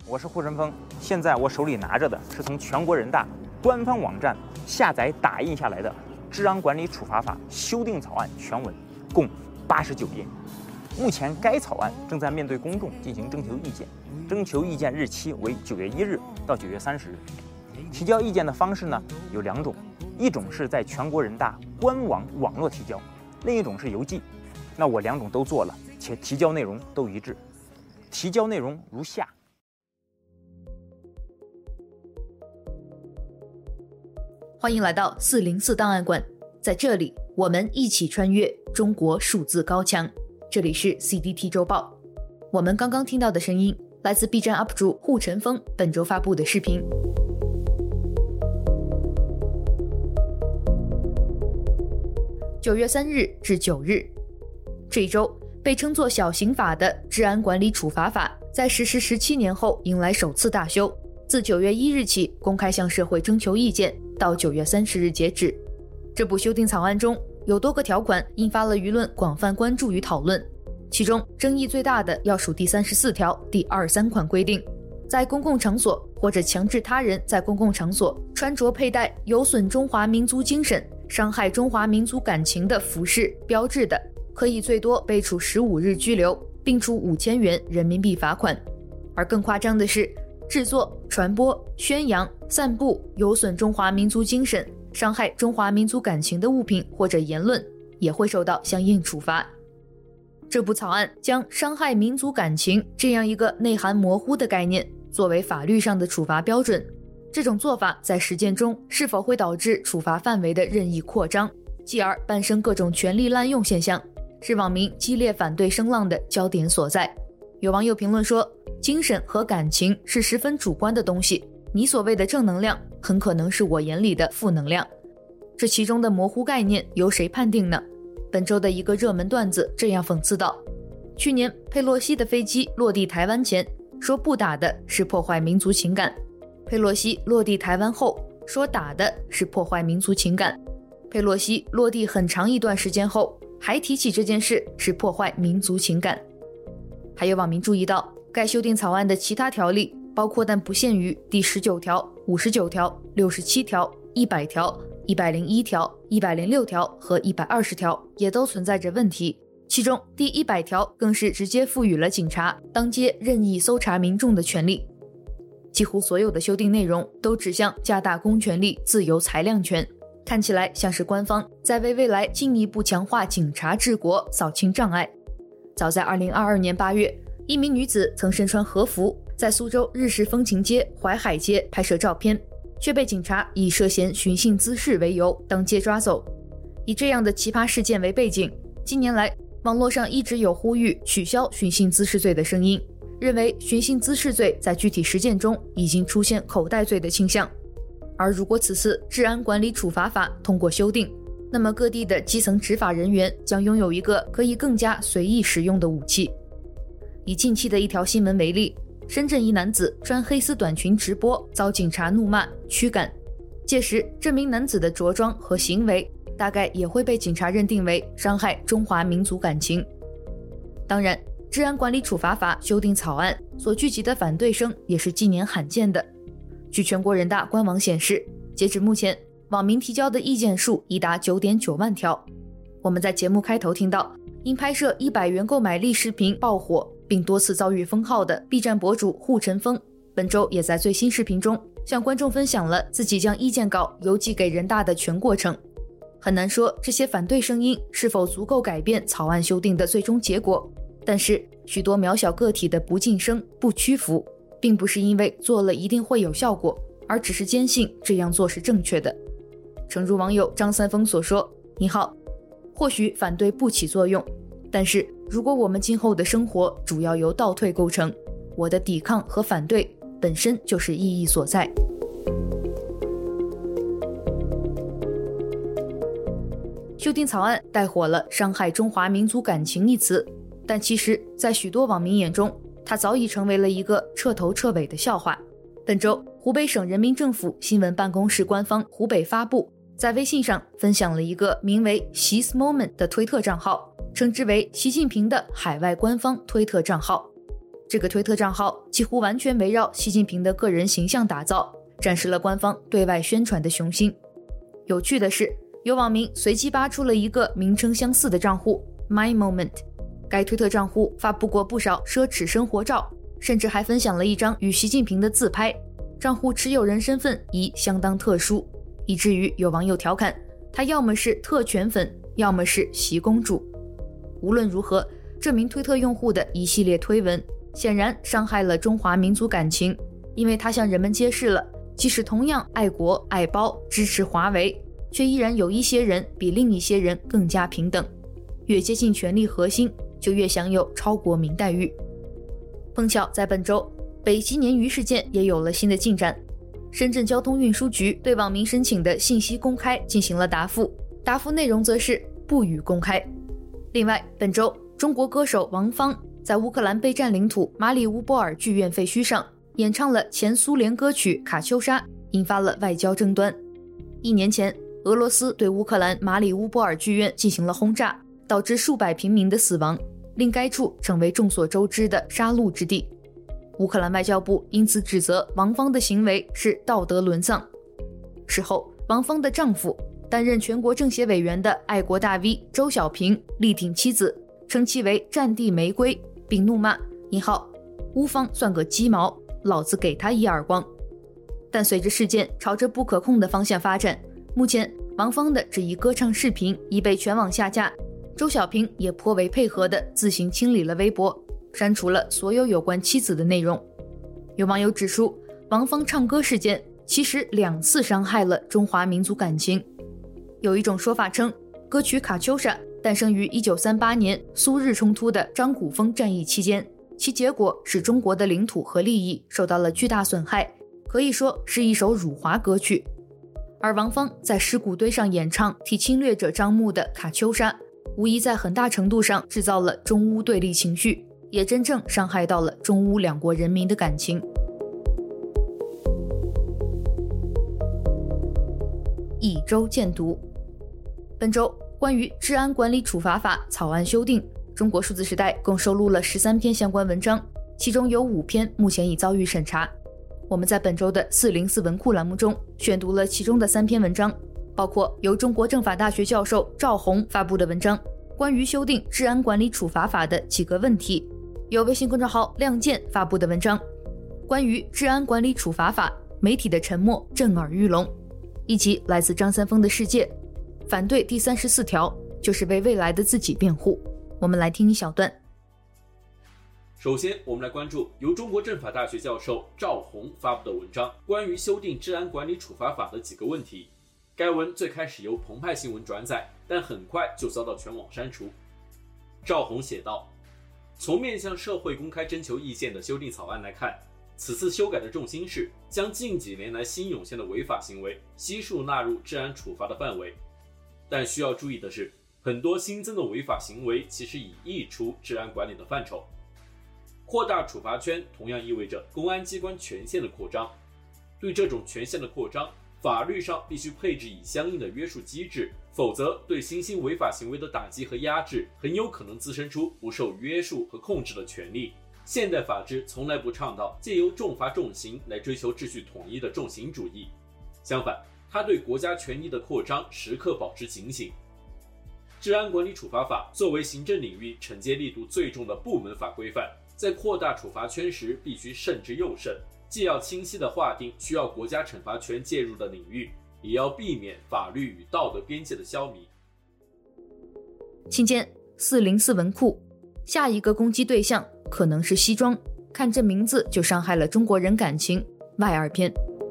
我是护城锋。现在我手里拿着的是从全国人大官方网站下载打印下来的《治安管理处罚法》修订草案全文，共89页。目前该草案正在面对公众进行征求意见，征求意见日期为9月1日到9月30日。提交意见的方式呢有2种，一种是在全国人大官网网络提交，另一种是邮寄。那我2种都做了，且提交内容都一致。提交内容如下。 欢迎来到404档案馆，在这里我们一起穿越中国数字高墙。这里是 CDT 周报。我们刚刚听到的声音来自 B 站 UP 主护城锋本周发布的视频。9月3日至9日，这一周被称作小刑法的治安管理处罚法在实施17年后迎来首次大修，自9月1日起公开向社会征求意见，到9月30日截止。这部修订草案中有多个条款引发了舆论广泛关注与讨论，其中争议最大的要数第34条第23款规定，在公共场所或者强制他人在公共场所穿着佩戴有损中华民族精神、伤害中华民族感情的服饰标志的，可以最多被处15日拘留，并处5000元人民币罚款。而更夸张的是，制作、传播、宣扬、散布有损中华民族精神、伤害中华民族感情的物品或者言论，也会受到相应处罚。这部草案将伤害民族感情这样一个内涵模糊的概念作为法律上的处罚标准，这种做法在实践中是否会导致处罚范围的任意扩张，继而伴生各种权力滥用现象，是网民激烈反对声浪的焦点所在。有网友评论说，精神和感情是十分主观的东西，你所谓的正能量很可能是我眼里的负能量。这其中的模糊概念由谁判定呢？本周的一个热门段子这样讽刺道，去年佩洛西的飞机落地台湾前说不打的是破坏民族情感，佩洛西落地台湾后说打的是破坏民族情感，佩洛西落地很长一段时间后还提起这件事是破坏民族情感。还有网民注意到，该修订草案的其他条例包括但不限于第19条、59条、67条、100条、101条、106条和120条也都存在着问题，其中第100条更是直接赋予了警察当街任意搜查民众的权利。几乎所有的修订内容都指向加大公权力自由裁量权，看起来像是官方在为未来进一步强化警察治国扫清障碍。早在2022年8月，一名女子曾身穿和服在苏州日式风情街淮海街拍摄照片，却被警察以涉嫌寻衅滋事为由当街抓走。以这样的奇葩事件为背景，近年来网络上一直有呼吁取消寻衅滋事罪的声音，认为寻衅滋事罪在具体实践中已经出现口袋罪的倾向。而如果此次治安管理处罚法通过修订，那么各地的基层执法人员将拥有一个可以更加随意使用的武器。以近期的一条新闻为例，深圳一男子穿黑丝短裙直播遭警察怒骂驱赶，届时这名男子的着装和行为大概也会被警察认定为伤害中华民族感情。当然，治安管理处罚法修订草案所聚集的反对声也是近年罕见的。据全国人大官网显示，截止目前，网民提交的意见数已达 9.9 万条。我们在节目开头听到，因拍摄100元购买力视频爆火并多次遭遇封号的 B 站博主护城锋，本周也在最新视频中向观众分享了自己将意见稿邮寄给人大的全过程。很难说这些反对声音是否足够改变草案修订的最终结果，但是许多渺小个体的不噤声、不屈服，并不是因为做了一定会有效果，而只是坚信这样做是正确的。诚如网友张三丰所说，你好，或许反对不起作用，但是如果我们今后的生活主要由倒退构成，我的抵抗和反对本身就是意义所在。修订草案带火了伤害中华民族感情一词，但其实在许多网民眼中，它早已成为了一个彻头彻尾的笑话。本周湖北省人民政府新闻办公室官方湖北发布在微信上分享了一个名为 X's Moment 的推特账号，称之为习近平的海外官方推特账号。 这个推特账号几乎完全围绕习近平的个人形象打造，展示了官方对外宣传的雄心。有趣的是，有网民随机扒出了一个名称相似的账户 My Moment， 该推特账户发布过不少奢侈生活照，甚至还分享了一张与习近平的自拍，账户持有人身份已相当特殊，以至于有网友调侃他要么是特权粉，要么是习公主。无论如何，这名推特用户的一系列推文显然伤害了中华民族感情，因为他向人们揭示了即使同样爱国爱包支持华为，却依然有一些人比另一些人更加平等，越接近权力核心就越享有超国民待遇。碰巧在本周，北极鲶鱼事件也有了新的进展。深圳交通运输局对网民申请的信息公开进行了答复，答复内容则是不予公开。另外，本周中国歌手王芳在乌克兰被占领土马里乌波尔剧院废墟上演唱了前苏联歌曲《卡秋莎》，引发了外交争端。1年前，俄罗斯对乌克兰马里乌波尔剧院进行了轰炸，导致数百平民的死亡，令该处成为众所周知的杀戮之地。乌克兰外交部因此指责王芳的行为是道德沦丧。事后，王芳的丈夫担任全国政协委员的爱国大 V 周小平力挺妻子，称其为战地玫瑰，并怒骂乌方算个鸡毛，老子给他一耳光。但随着事件朝着不可控的方向发展，目前王芳的这一歌唱视频已被全网下架，周小平也颇为配合地自行清理了微博，删除了所有有关妻子的内容。有网友指出，王芳唱歌事件其实2次伤害了中华民族感情。有一种说法称，歌曲《卡秋莎》诞生于1938年苏日冲突的张古峰战役期间，其结果使中国的领土和利益受到了巨大损害，可以说是一首辱华歌曲。而王芳在尸骨堆上演唱替侵略者张目的《卡秋莎》，无疑在很大程度上制造了中乌对立情绪，也真正伤害到了中乌两国人民的感情。一周见读。本周关于治安管理处罚法草案修订，中国数字时代共收录了13篇相关文章，其中有5篇目前已遭遇审查。我们在本周的404文库栏目中选读了其中的3篇文章，包括由中国政法大学教授赵宏发布的文章，关于修订治安管理处罚法的几个问题，有微信公众号亮剑发布的文章，关于治安管理处罚法媒体的沉默震耳欲聋，以及来自张三丰的世界，反对第34条就是为未来的自己辩护。我们来听一小段。 首先，我们来关注由中国政法大学教授赵宏发布的文章，关于修订治安管理处罚法的几个问题。该文最开始由澎湃新闻转载，但很快就遭到全网删除。赵宏写道，从面向社会公开征求意见的修订草案来看，此次修改的重心是将近几年来新涌现的违法行为悉数纳入治安处罚的范围。但需要注意的是，很多新增的违法行为其实已溢出治安管理的范畴。扩大处罚圈同样意味着公安机关权限的扩张。对这种权限的扩张，法律上必须配置以相应的约束机制，否则对新兴违法行为的打击和压制很有可能滋生出不受约束和控制的权利。现代法治从来不倡导借由重罚重刑来追求秩序统一的重刑主义，相反，它对国家权力的扩张时刻保持警醒。治安管理处罚法作为行政领域惩戒力度最重的部门法规范，在扩大处罚圈时必须慎之又慎，既要清晰地划定需要国家惩罚权介入的领域，也要避免法律与道德边界的消弭。 请见404文库，下一个攻击对象可能是西装，看这名字就伤害了中国人感情，外2篇。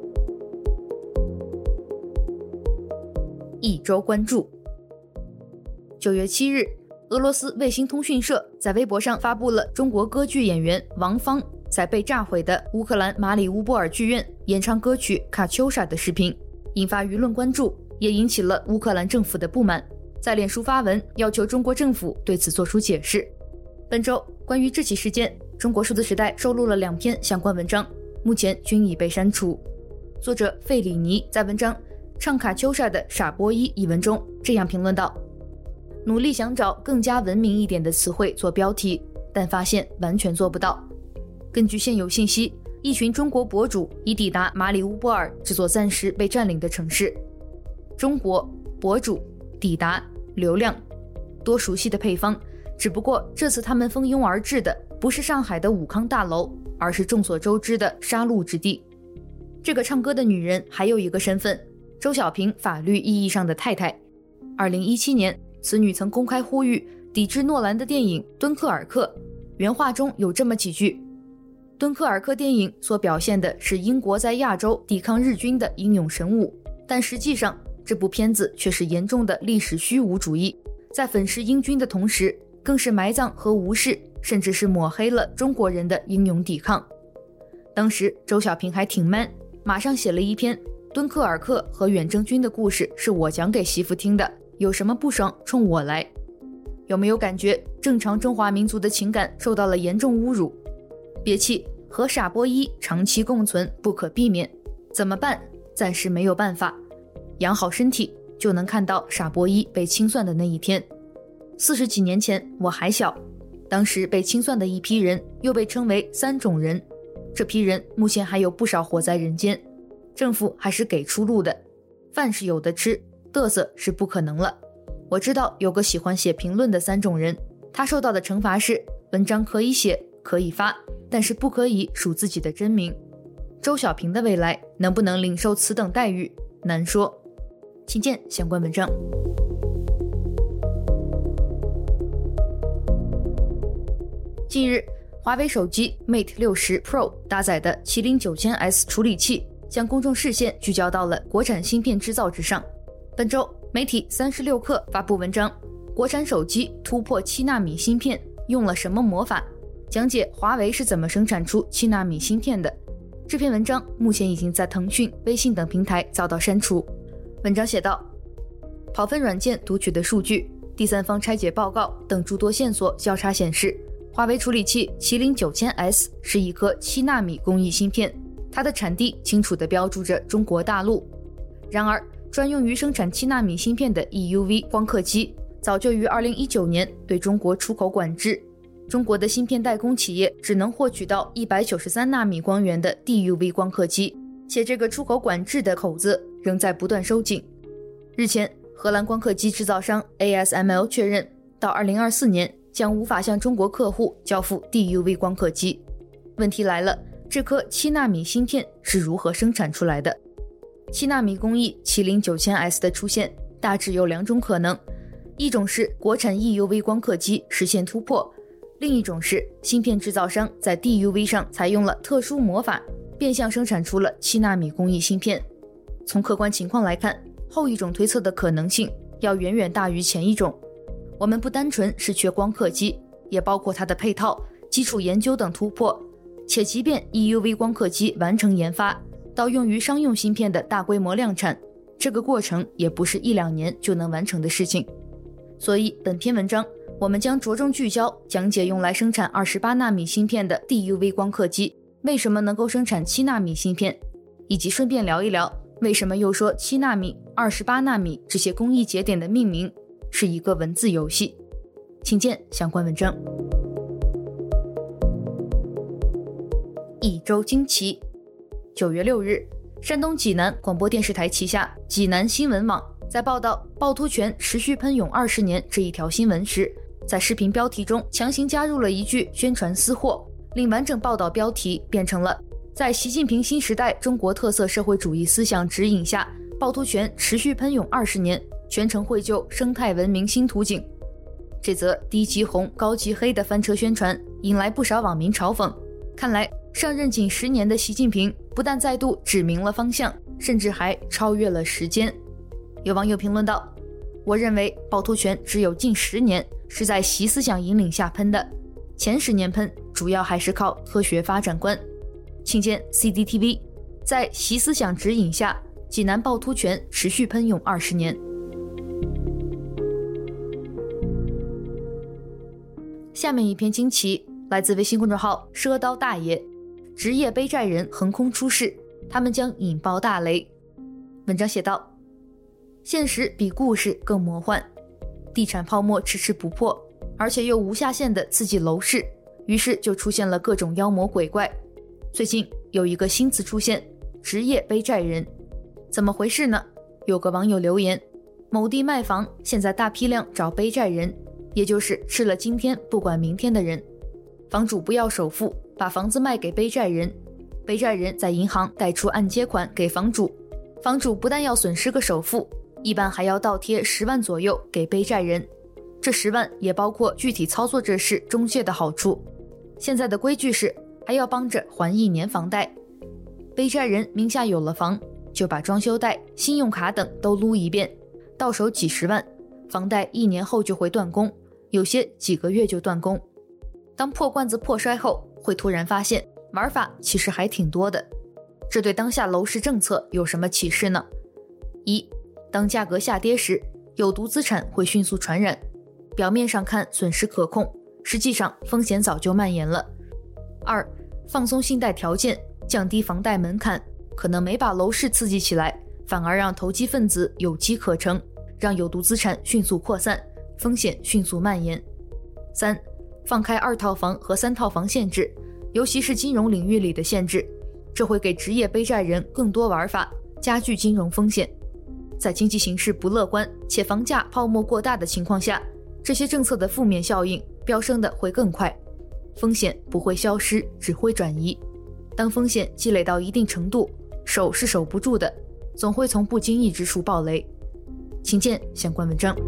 一周关注。9月7日，俄罗斯卫星通讯社在微博上发布了中国歌剧演员王芳在被炸毁的乌克兰马里乌波尔剧院演唱歌曲《卡秋莎》的视频，引发舆论关注，也引起了乌克兰政府的不满，在脸书发文要求中国政府对此做出解释。本周关于这起事件，中国数字时代收录了2篇相关文章，目前均已被删除。作者费里尼在文章《唱卡秋莎的傻波伊》一文中这样评论道，努力想找更加文明一点的词汇做标题，但发现完全做不到。 根据现有信息，一群中国博主已抵达马里乌波尔这座暂时被占领的城市。中国博主抵达流量，多熟悉的配方，只不过这次他们蜂拥而至的不是上海的武康大楼，而是众所周知的杀戮之地。这个唱歌的女人还有一个身份，周小平法律意义上的太太。2017年，此女曾公开呼吁抵制诺兰的电影《敦刻尔克》，原话中有这么几句：敦刻尔克电影所表现的是英国在亚洲抵抗日军的英勇神武，但实际上这部片子却是严重的历史虚无主义，在粉饰英军的同时，更是埋葬和无视，甚至是抹黑了中国人的英勇抵抗。当时周小平还挺 man， 马上写了一篇敦刻尔克和远征军的故事是我讲给媳妇听的，有什么不爽冲我来。有没有感觉正常中华民族的情感受到了严重侮辱？别气，和傻波一长期共存不可避免，怎么办？暂时没有办法，养好身体就能看到傻波一被清算的那一天。40几年前我还小，当时被清算的一批人又被称为3种人，这批人目前还有不少活在人间，政府还是给出路的，饭是有的吃，嘚瑟是不可能了。我知道有个喜欢写评论的3种人，他受到的惩罚是文章可以写可以发，但是不可以署自己的真名。周小平的未来能不能领受此等待遇，难说。请见相关文章。近日，华为手机 Mate 60 Pro 搭载的麒麟9000S 处理器将公众视线聚焦到了国产芯片制造之上。本周，媒体36氪发布文章，国产手机突破7纳米芯片用了什么魔法？讲解华为是怎么生产出7纳米芯片的。这篇文章目前已经在腾讯、微信等平台遭到删除。文章写道，跑分软件读取的数据、第三方拆解报告等诸多线索交叉显示，华为处理器麒麟9000S 是一颗7纳米工艺芯片，它的产地清楚地标注着中国大陆。然而，专用于生产7纳米芯片的 EUV 光刻机早就于2019年对中国出口管制，中国的芯片代工企业只能获取到193纳米光源的 DUV 光刻机，且这个出口管制的口子仍在不断收紧。日前，荷兰光刻机制造商 ASML 确认，到2024年将无法向中国客户交付 DUV 光刻机。问题来了，这颗7纳米芯片是如何生产出来的？7纳米工艺麒麟9000S 的出现大致有2种可能，一种是国产 EUV 光刻机实现突破，另一种是芯片制造商在 DUV 上采用了特殊魔法，变相生产出了7纳米工艺芯片。从客观情况来看，后一种推测的可能性要远远大于前一种。我们不单纯是缺光刻机，也包括它的配套、基础研究等突破，且即便 EUV 光刻机完成研发，到用于商用芯片的大规模量产，这个过程也不是1-2年就能完成的事情。所以本篇文章我们将着重聚焦讲解用来生产28纳米芯片的 DUV 光刻机为什么能够生产7纳米芯片，以及顺便聊一聊为什么又说7纳米、28纳米这些工艺节点的命名是一个文字游戏。请见相关文章。一周惊奇。9月6日，山东济南广播电视台旗下济南新闻网在报道趵突泉持续喷涌20年这一条新闻时，在视频标题中强行加入了一句宣传私货，令完整报道标题变成了在习近平新时代中国特色社会主义思想指引下，趵突泉持续喷涌20年，全程绘就生态文明新图景。这则低级红高级黑的翻车宣传引来不少网民嘲讽，看来上任仅10年的习近平不但再度指明了方向，甚至还超越了时间。有网友评论道，我认为趵突泉只有近10年是在习思想引领下喷的，前10年喷主要还是靠科学发展观。请见 CCTV， 在习思想指引下，济南趵突泉持续喷涌20年。下面一篇惊奇来自微信公众号赊刀大爷，职业背债人横空出世，他们将引爆大雷。文章写道，现实比故事更魔幻，地产泡沫迟迟不破，而且又无下限的刺激楼市， 于是就出现了各种妖魔鬼怪。最近有一个新词出现，职业背债人。怎么回事呢？有个网友留言，某地卖房，现在大批量找背债人，也就是吃了今天不管明天的人。房主不要首付，把房子卖给背债人，背债人在银行贷出按揭款给房主，房主不但要损失个首付，一般还要倒贴10万左右给背债人。这10万也包括具体操作这事中介的好处。现在的规矩是还要帮着还1年房贷。背债人名下有了房，就把装修贷、信用卡等都撸一遍，到手几10万，房贷1年后就会断供，有些几个月就断供。当破罐子破摔后，会突然发现玩法其实还挺多的。这对当下楼市政策有什么启示呢？一，当价格下跌时，有毒资产会迅速传染，表面上看损失可控，实际上风险早就蔓延了。二，放松信贷条件，降低房贷门槛，可能没把楼市刺激起来，反而让投机分子有机可乘，让有毒资产迅速扩散，风险迅速蔓延。三，放开2套房和3套房限制，尤其是金融领域里的限制，这会给职业背债人更多玩法，加剧金融风险。在经济形势不乐观且房价泡沫过大的情况下，这些政策的负面效应飙升的会更快，风险不会消失，只会转移。当风险积累到一定程度，手是守不住的，总会从不经意之处爆雷。请见相关文章。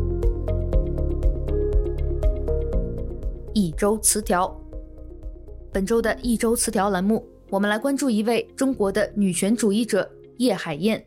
一周词条。本周的一周词条栏目，我们来关注一位中国的女权主义者叶海燕。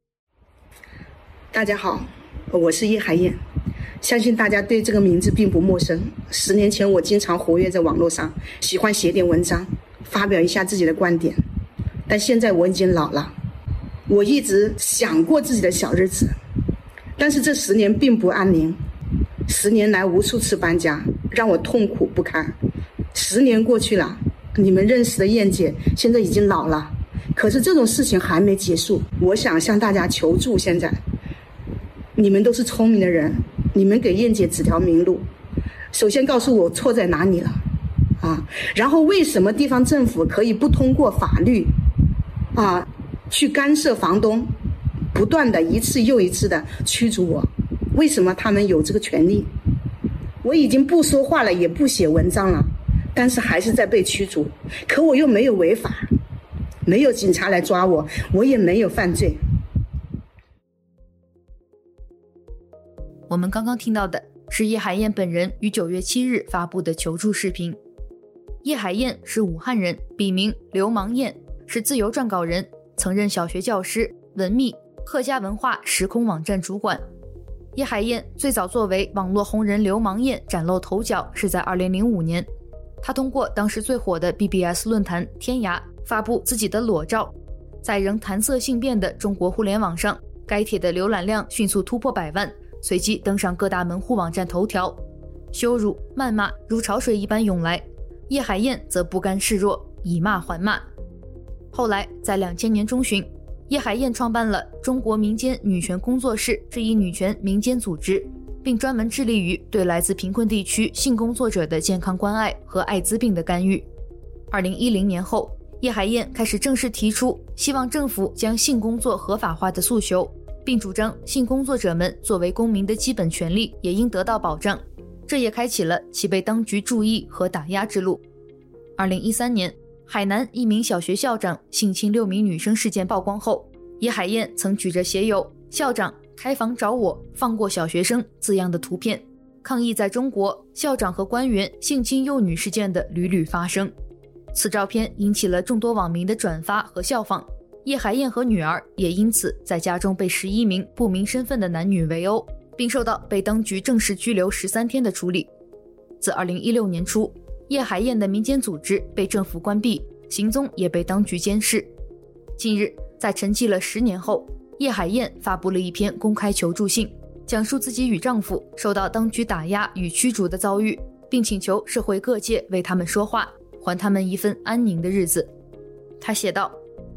大家好，我是叶海燕，相信大家对这个名字并不陌生。10年前我经常活跃在网络上，喜欢写点文章，发表一下自己的观点。但现在我已经老了，我一直想过自己的小日子，但是这10年并不安宁。10年来无数次搬家，让我痛苦不堪。10年过去了，你们认识的燕姐现在已经老了，可是这种事情还没结束。我想向大家求助，现在你们都是聪明的人，你们给燕姐指条明路。首先告诉我错在哪里了然后为什么地方政府可以不通过法律去干涉房东，不断的一次又一次的驱逐我？为什么他们有这个权利？我已经不说话了，也不写文章了，但是还是在被驱逐。可我又没有违法，没有警察来抓我，我也没有犯罪。 我们刚刚听到的是叶海燕本人于9月7日发布的求助视频。叶海燕是武汉人，笔名流氓燕，是自由撰稿人，曾任小学教师、文秘、客家文化时空网站主管。叶海燕最早作为网络红人流氓燕崭露头角是在2005年，她通过当时最火的 BBS 论坛天涯发布自己的裸照，在仍谈色性变的中国互联网上，该帖的浏览量迅速突破100万，随即登上各大门户网站头条，羞辱、谩骂如潮水一般涌来。叶海燕则不甘示弱，以骂还骂。后来在2000年中旬，叶海燕创办了中国民间女权工作室这一女权民间组织，并专门致力于对来自贫困地区性工作者的健康关爱和艾滋病的干预。2010年后，叶海燕开始正式提出希望政府将性工作合法化的诉求，并主张性工作者们作为公民的基本权利也应得到保障，这也开启了其被当局注意和打压之路。2013年，海南一名小学校长性侵6名女生事件曝光后，叶海燕曾举着写有“校长开房找我，放过小学生”字样的图片，抗议在中国校长和官员性侵幼女事件的屡屡发生。此照片引起了众多网民的转发和效仿，叶海燕和女儿也因此在家中被11名不明身份的男女围殴，并受到被当局正式拘留13天的处理。自2016年初，叶海燕的民间组织被政府关闭，行踪也被当局监视。近日，在沉寂了10年后，叶海燕发布了一篇公开求助信，讲述自己与丈夫受到当局打压与驱逐的遭遇，并请求社会各界为他们说话，还他们一份安宁的日子。她写道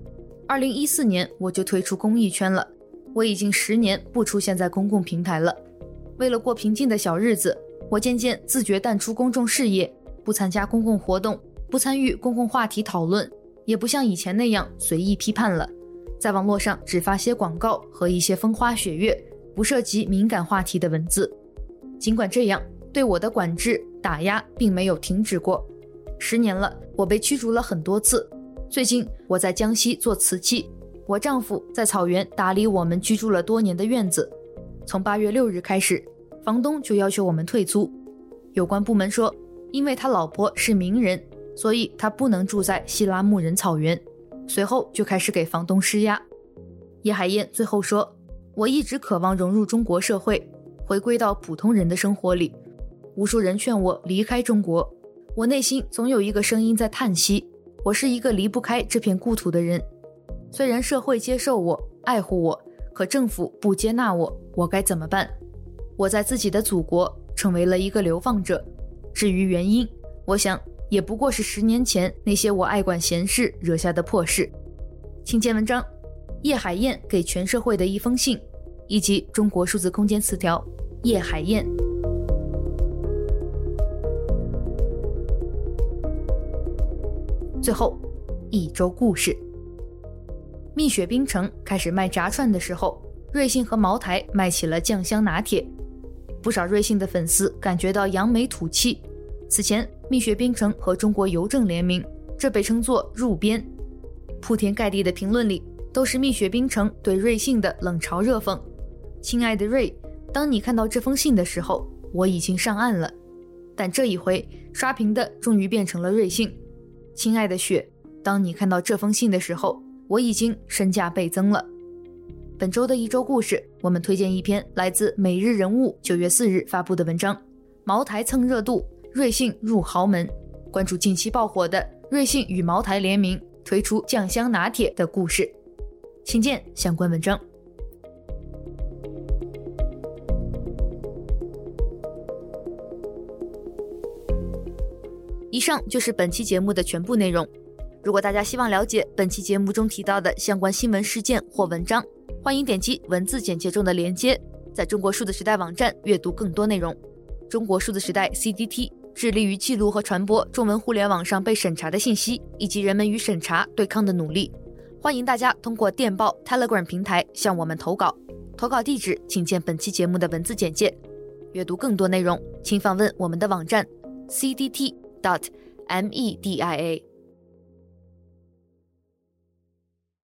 ：2014年我就退出公益圈了，我已经10年不出现在公共平台了。为了过平静的小日子，我渐渐自觉淡出公众视野， 不参加公共活动，不参与公共话题讨论，也不像以前那样随意批判了，在网络上只发些广告和一些风花雪月，不涉及敏感话题的文字。尽管这样，对我的管制打压并没有停止过。10年了，我被驱逐了很多次。最近我在江西做瓷器，我丈夫在草原打理我们居住了多年的院子。从8月6日开始，房东就要求我们退租。有关部门说，因为他老婆是名人，所以他不能住在西拉木仁草原。随后就开始给房东施压。叶海燕最后说，我一直渴望融入中国社会，回归到普通人的生活里。无数人劝我离开中国，我内心总有一个声音在叹息，我是一个离不开这片故土的人。虽然社会接受我，爱护我，可政府不接纳我，我该怎么办？我在自己的祖国成为了一个流放者。至于原因，我想也不过是10年前那些我爱管闲事惹下的破事。请见文章：叶海燕给全社会的一封信，以及中国数字空间词条。叶海燕。最后，一周故事。蜜雪冰城开始卖炸串的时候，瑞幸和茅台卖起了酱香拿铁。不少瑞幸的粉丝感觉到扬眉吐气。此前，蜜雪冰城和中国邮政联名，这被称作入编。铺天盖地的评论里都是蜜雪冰城对瑞幸的冷嘲热讽。亲爱的瑞，当你看到这封信的时候，我已经上岸了。但这一回刷屏的终于变成了瑞幸。亲爱的雪，当你看到这封信的时候，我已经身价倍增了。本周的一周故事，我们推荐一篇来自每日人物9月4日发布的文章，茅台蹭热度，瑞幸入豪门。关注近期爆火的瑞幸与茅台联名推出酱香拿铁的故事，请见相关文章。以上就是本期节目的全部内容。如果大家希望了解本期节目中提到的相关新闻事件或文章，欢迎点击文字简介中的连接，在中国数字时代网站阅读更多内容。中国数字时代 CDT 致力于记录和传播中文互联网上被审查的信息，以及人们与审查对抗的努力。欢迎大家通过电报 Telegram 平台向我们投稿，投稿地址请见本期节目的文字简介。阅读更多内容，请访问我们的网站 cdt.media